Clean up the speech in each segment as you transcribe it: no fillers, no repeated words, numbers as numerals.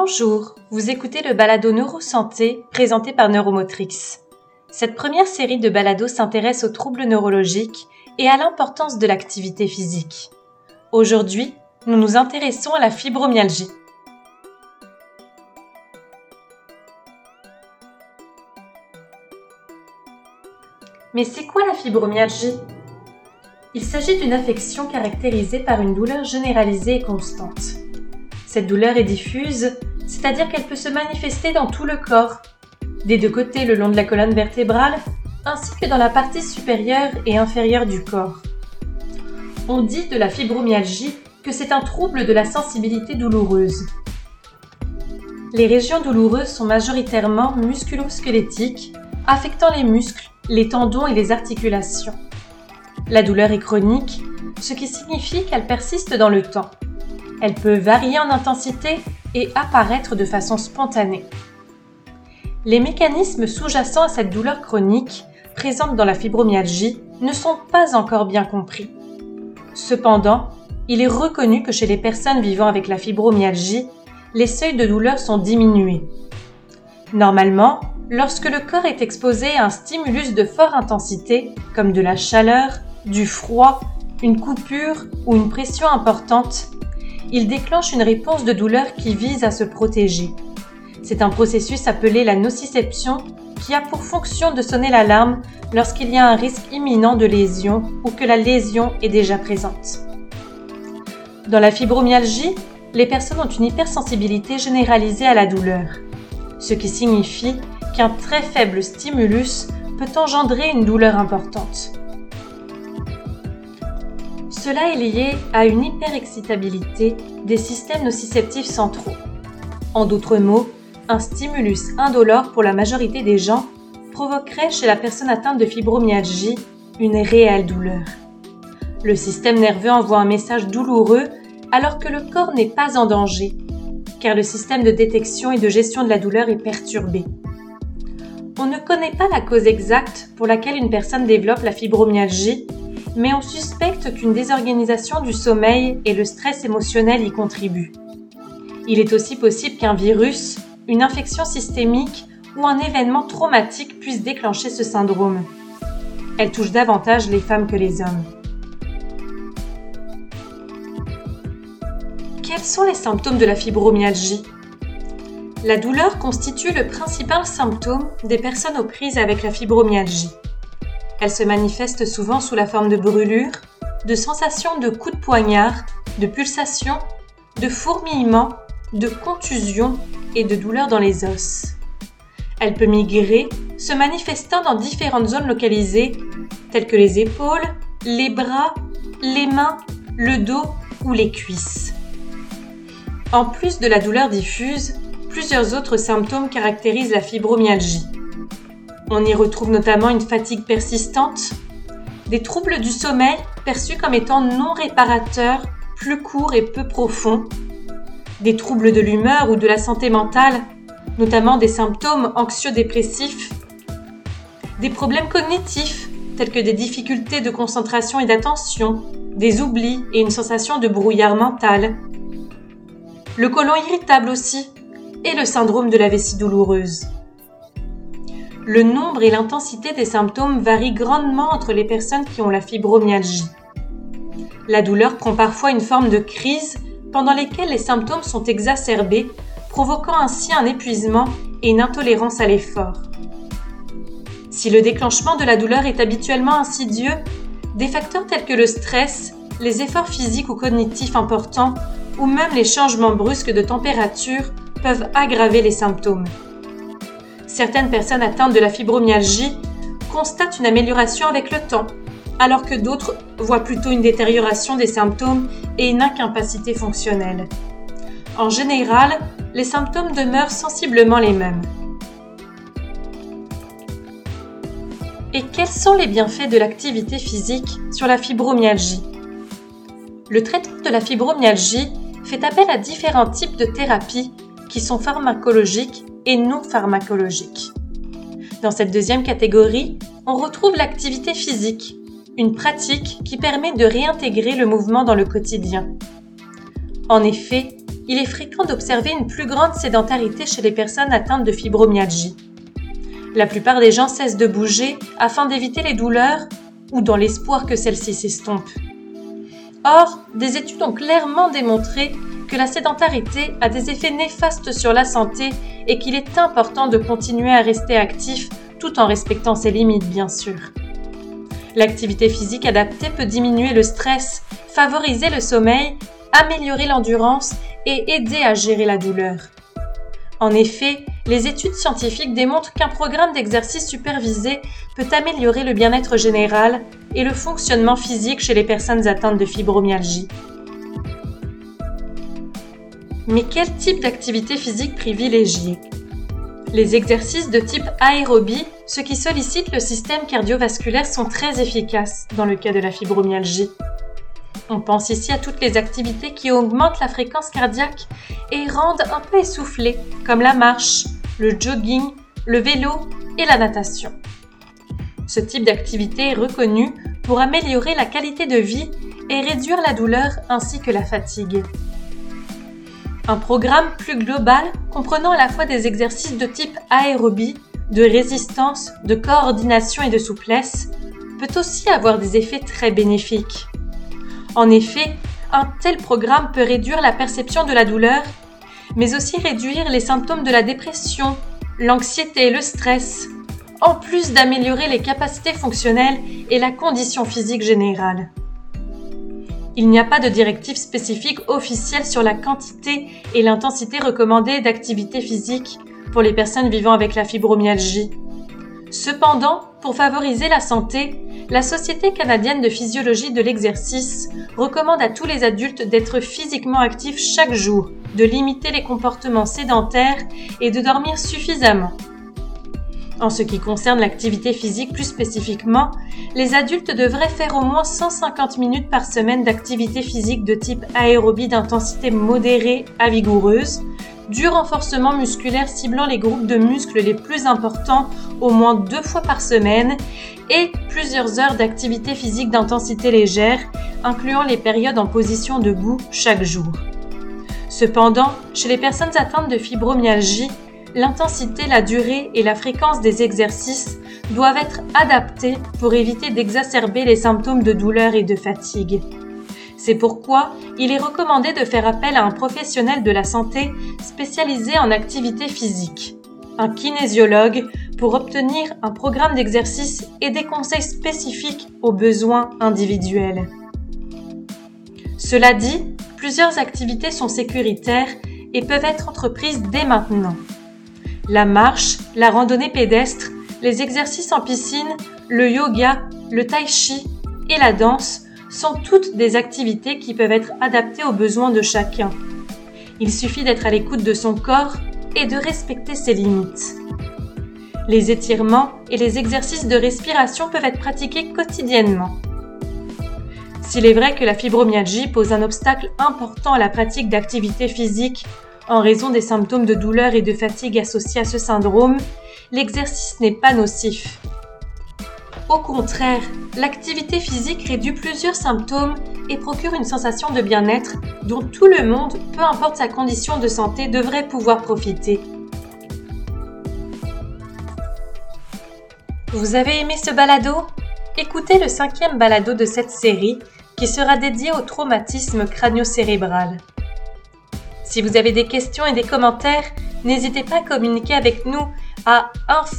Bonjour, vous écoutez le balado Neurosanté présenté par Neuromotrix. Cette première série de balados s'intéresse aux troubles neurologiques et à l'importance de l'activité physique. Aujourd'hui, nous nous intéressons à la fibromyalgie. Mais c'est quoi la fibromyalgie ? Il s'agit d'une affection caractérisée par une douleur généralisée et constante. Cette douleur est diffuse, c'est-à-dire qu'elle peut se manifester dans tout le corps, des deux côtés le long de la colonne vertébrale, ainsi que dans la partie supérieure et inférieure du corps. On dit de la fibromyalgie que c'est un trouble de la sensibilité douloureuse. Les régions douloureuses sont majoritairement musculo-squelettiques, affectant les muscles, les tendons et les articulations. La douleur est chronique, ce qui signifie qu'elle persiste dans le temps. Elle peut varier en intensité et apparaître de façon spontanée. Les mécanismes sous-jacents à cette douleur chronique, présente dans la fibromyalgie, ne sont pas encore bien compris. Cependant, il est reconnu que chez les personnes vivant avec la fibromyalgie, les seuils de douleur sont diminués. Normalement, lorsque le corps est exposé à un stimulus de forte intensité, comme de la chaleur, du froid, une coupure ou une pression importante, il déclenche une réponse de douleur qui vise à se protéger. C'est un processus appelé la nociception qui a pour fonction de sonner l'alarme lorsqu'il y a un risque imminent de lésion ou que la lésion est déjà présente. Dans la fibromyalgie, les personnes ont une hypersensibilité généralisée à la douleur, ce qui signifie qu'un très faible stimulus peut engendrer une douleur importante. Cela est lié à une hyperexcitabilité des systèmes nociceptifs centraux. En d'autres mots, un stimulus indolore pour la majorité des gens provoquerait chez la personne atteinte de fibromyalgie une réelle douleur. Le système nerveux envoie un message douloureux alors que le corps n'est pas en danger, car le système de détection et de gestion de la douleur est perturbé. On ne connaît pas la cause exacte pour laquelle une personne développe la fibromyalgie, mais on suspecte qu'une désorganisation du sommeil et le stress émotionnel y contribuent. Il est aussi possible qu'un virus, une infection systémique ou un événement traumatique puisse déclencher ce syndrome. Elle touche davantage les femmes que les hommes. Quels sont les symptômes de la fibromyalgie ? La douleur constitue le principal symptôme des personnes aux prises avec la fibromyalgie. Elle se manifeste souvent sous la forme de brûlures, de sensations de coups de poignard, de pulsations, de fourmillements, de contusions et de douleurs dans les os. Elle peut migrer, se manifestant dans différentes zones localisées, telles que les épaules, les bras, les mains, le dos ou les cuisses. En plus de la douleur diffuse, plusieurs autres symptômes caractérisent la fibromyalgie. On y retrouve notamment une fatigue persistante, des troubles du sommeil perçus comme étant non réparateurs, plus courts et peu profonds, des troubles de l'humeur ou de la santé mentale, notamment des symptômes anxio-dépressifs, des problèmes cognitifs tels que des difficultés de concentration et d'attention, des oublis et une sensation de brouillard mental, le côlon irritable aussi, et le syndrome de la vessie douloureuse. Le nombre et l'intensité des symptômes varient grandement entre les personnes qui ont la fibromyalgie. La douleur prend parfois une forme de crise pendant lesquelles les symptômes sont exacerbés, provoquant ainsi un épuisement et une intolérance à l'effort. Si le déclenchement de la douleur est habituellement insidieux, des facteurs tels que le stress, les efforts physiques ou cognitifs importants ou même les changements brusques de température peuvent aggraver les symptômes. Certaines personnes atteintes de la fibromyalgie constatent une amélioration avec le temps, alors que d'autres voient plutôt une détérioration des symptômes et une incapacité fonctionnelle. En général, les symptômes demeurent sensiblement les mêmes. Et quels sont les bienfaits de l'activité physique sur la fibromyalgie ? Le traitement de la fibromyalgie fait appel à différents types de thérapies qui sont pharmacologiques et non pharmacologiques. Dans cette deuxième catégorie, on retrouve l'activité physique, une pratique qui permet de réintégrer le mouvement dans le quotidien. En effet, il est fréquent d'observer une plus grande sédentarité chez les personnes atteintes de fibromyalgie. La plupart des gens cessent de bouger afin d'éviter les douleurs ou dans l'espoir que celles-ci s'estompent. Or, des études ont clairement démontré que la sédentarité a des effets néfastes sur la santé et qu'il est important de continuer à rester actif tout en respectant ses limites, bien sûr. L'activité physique adaptée peut diminuer le stress, favoriser le sommeil, améliorer l'endurance et aider à gérer la douleur. En effet, les études scientifiques démontrent qu'un programme d'exercice supervisé peut améliorer le bien-être général et le fonctionnement physique chez les personnes atteintes de fibromyalgie. Mais quel type d'activité physique privilégier ? Les exercices de type aérobie, ceux qui sollicitent le système cardiovasculaire, sont très efficaces dans le cas de la fibromyalgie. On pense ici à toutes les activités qui augmentent la fréquence cardiaque et rendent un peu essoufflé, comme la marche, le jogging, le vélo et la natation. Ce type d'activité est reconnu pour améliorer la qualité de vie et réduire la douleur ainsi que la fatigue. Un programme plus global, comprenant à la fois des exercices de type aérobie, de résistance, de coordination et de souplesse, peut aussi avoir des effets très bénéfiques. En effet, un tel programme peut réduire la perception de la douleur, mais aussi réduire les symptômes de la dépression, l'anxiété et le stress, en plus d'améliorer les capacités fonctionnelles et la condition physique générale. Il n'y a pas de directive spécifique officielle sur la quantité et l'intensité recommandée d'activité physique pour les personnes vivant avec la fibromyalgie. Cependant, pour favoriser la santé, la Société canadienne de physiologie de l'exercice recommande à tous les adultes d'être physiquement actifs chaque jour, de limiter les comportements sédentaires et de dormir suffisamment. En ce qui concerne l'activité physique plus spécifiquement, les adultes devraient faire au moins 150 minutes par semaine d'activité physique de type aérobie d'intensité modérée à vigoureuse, du renforcement musculaire ciblant les groupes de muscles les plus importants au moins 2 fois par semaine et plusieurs heures d'activité physique d'intensité légère, incluant les périodes en position debout chaque jour. Cependant, chez les personnes atteintes de fibromyalgie, l'intensité, la durée et la fréquence des exercices doivent être adaptés pour éviter d'exacerber les symptômes de douleur et de fatigue. C'est pourquoi il est recommandé de faire appel à un professionnel de la santé spécialisé en activité physique, un kinésiologue, pour obtenir un programme d'exercice et des conseils spécifiques aux besoins individuels. Cela dit, plusieurs activités sont sécuritaires et peuvent être entreprises dès maintenant. La marche, la randonnée pédestre, les exercices en piscine, le yoga, le tai chi et la danse sont toutes des activités qui peuvent être adaptées aux besoins de chacun. Il suffit d'être à l'écoute de son corps et de respecter ses limites. Les étirements et les exercices de respiration peuvent être pratiqués quotidiennement. S'il est vrai que la fibromyalgie pose un obstacle important à la pratique d'activités physiques en raison des symptômes de douleur et de fatigue associés à ce syndrome, l'exercice n'est pas nocif. Au contraire, l'activité physique réduit plusieurs symptômes et procure une sensation de bien-être dont tout le monde, peu importe sa condition de santé, devrait pouvoir profiter. Vous avez aimé ce balado ? Écoutez le 5e balado de cette série qui sera dédié au traumatisme crânio-cérébral. Si vous avez des questions et des commentaires, n'hésitez pas à communiquer avec nous à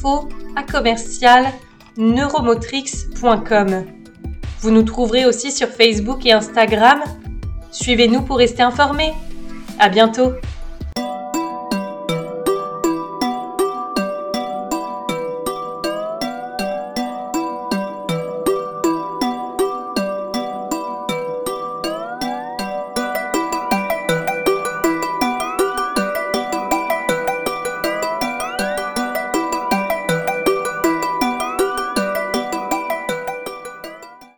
info@neuromotrix.com. Vous nous trouverez aussi sur Facebook et Instagram. Suivez-nous pour rester informés. À bientôt!